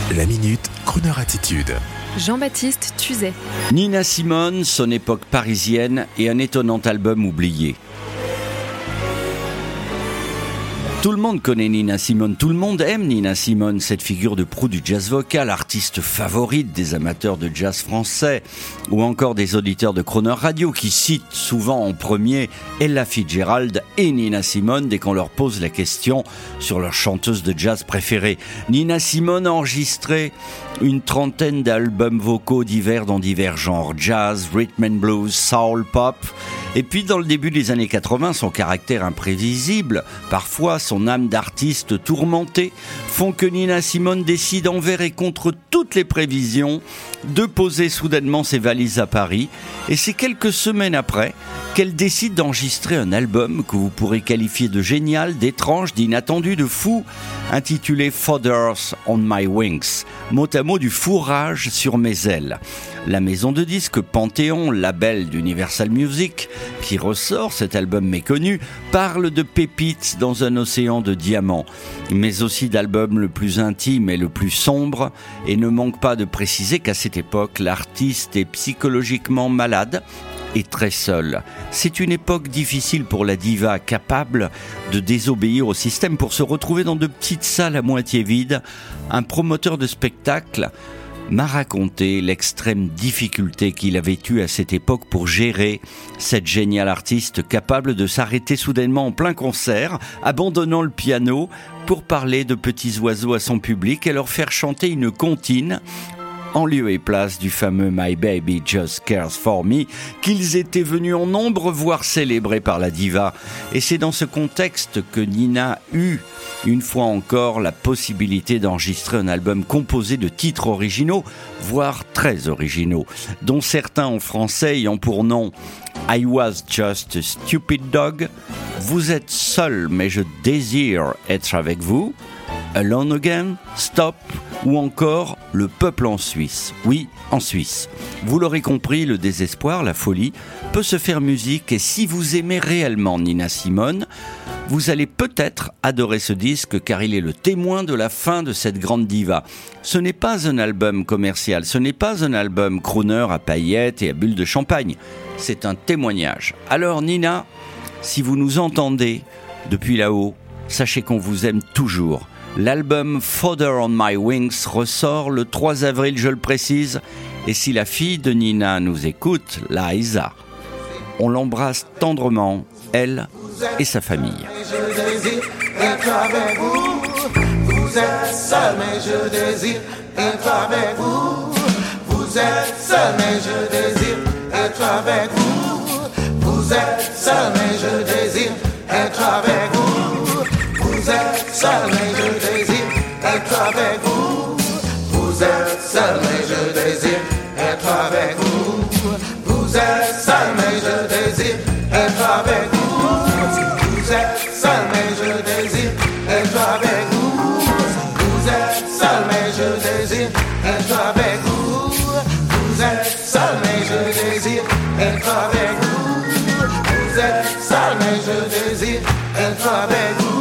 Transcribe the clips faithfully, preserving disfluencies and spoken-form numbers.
La Minute Crooner Attitude. Jean-Baptiste Tuzet. Nina Simone, son époque parisienne et un étonnant album oublié. Tout le monde connaît Nina Simone, tout le monde aime Nina Simone, cette figure de proue du jazz vocal, artiste favorite des amateurs de jazz français ou encore des auditeurs de Crooner Radio qui citent souvent en premier Ella Fitzgerald et Nina Simone dès qu'on leur pose la question sur leur chanteuse de jazz préférée. Nina Simone a enregistré une trentaine d'albums vocaux divers dans divers genres, jazz, rhythm and blues, soul, pop. Et puis dans le début des années quatre-vingts, son caractère imprévisible, parfois son âme d'artiste tourmentée, font que Nina Simone décide envers et contre toutes les prévisions de poser soudainement ses valises à Paris. Et c'est quelques semaines après qu'elle décide d'enregistrer un album que vous pourrez qualifier de génial, d'étrange, d'inattendu, de fou, intitulé Feathers on My Wings, mot à mot du fourrage sur mes ailes. La maison de disques Panthéon, label d'Universal Music, qui ressort cet album méconnu, parle de pépites dans un océan de diamants, mais aussi d'albums le plus intime et le plus sombre, et ne manque pas de préciser qu'à cette époque, l'artiste est psychologiquement malade et très seul. C'est une époque difficile pour la diva, capable de désobéir au système pour se retrouver dans de petites salles à moitié vides. Un promoteur de spectacle m'a raconté l'extrême difficulté qu'il avait eue à cette époque pour gérer cette géniale artiste capable de s'arrêter soudainement en plein concert, abandonnant le piano pour parler de petits oiseaux à son public et leur faire chanter une comptine en lieu et place du fameux My Baby Just Cares For Me qu'ils étaient venus en nombre voir célébré par la diva. Et c'est dans ce contexte que Nina eut une fois encore la possibilité d'enregistrer un album composé de titres originaux, voire très originaux, dont certains en français ayant pour nom I Was Just a Stupid Dog, Vous êtes seul mais je désire être avec vous, Alone Again, Stop, ou encore Le peuple en Suisse. Oui, en Suisse. Vous l'aurez compris, le désespoir, la folie, peut se faire musique et si vous aimez réellement Nina Simone, vous allez peut-être adorer ce disque car il est le témoin de la fin de cette grande diva. Ce n'est pas un album commercial, ce n'est pas un album crooner à paillettes et à bulles de champagne. C'est un témoignage. Alors Nina, si vous nous entendez depuis là-haut, sachez qu'on vous aime toujours. L'album Feathers on My Wings ressort le trois avril, je le précise. Et si la fille de Nina nous écoute, Liza, on l'embrasse tendrement, elle et sa famille. Je désire être avec vous. Vous êtes seul, mais je désire être avec vous. Vous êtes seul, mais je désire être avec vous. Vous êtes seul, mais je désire être avec vous. Vous êtes seul, mais je désire être avec vous. Vous êtes seul, mais je désire être avec vous. Vous êtes seul, mais je désire être avec vous. Vous êtes seul, mais je désire être avec vous. Vous êtes seul, mais je désire être avec vous. Vous êtes seul, mais je désire être avec vous. Vous êtes seul, mais je désire être avec vous.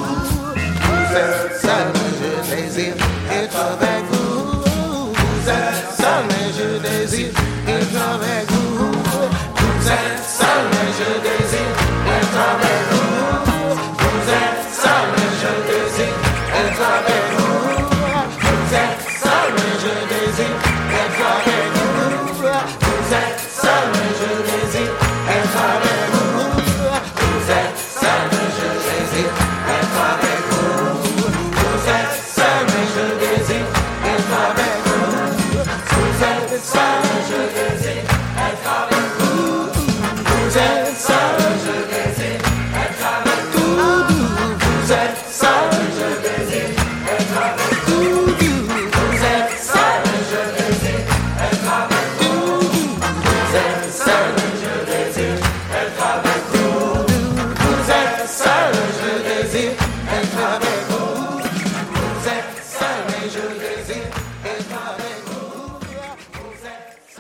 Vous êtes seul, mais je désire être avec vous. Vous êtes seul, mais je désire être avec vous. Vous êtes seul, mais je désire être avec vous. Vous êtes seul, mais je désire être avec vous. Vous êtes seul, mais je désire être avec vous. Vous êtes seul, mais je désire être avec vous. Vous êtes seul, mais je désire être avec vous. Vous êtes seul, mais je désire être avec vous. Vous êtes seul, mais je désire être avec vous. Vous êtes seul, mais je désire être avec vous. Vous êtes seul, mais je désire être avec vous. Vous êtes seul, mais je désire être avec vous. Vous êtes seul, mais je désire être avec vous. Vous êtes seul, mais je désire être avec vous. Vous êtes seul, mais je désire être avec vous. Vous êtes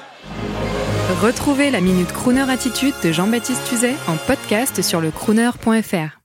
seul. Retrouvez la Minute Crooner Attitude de Jean-Baptiste Tuzet en podcast sur le crooner point f r.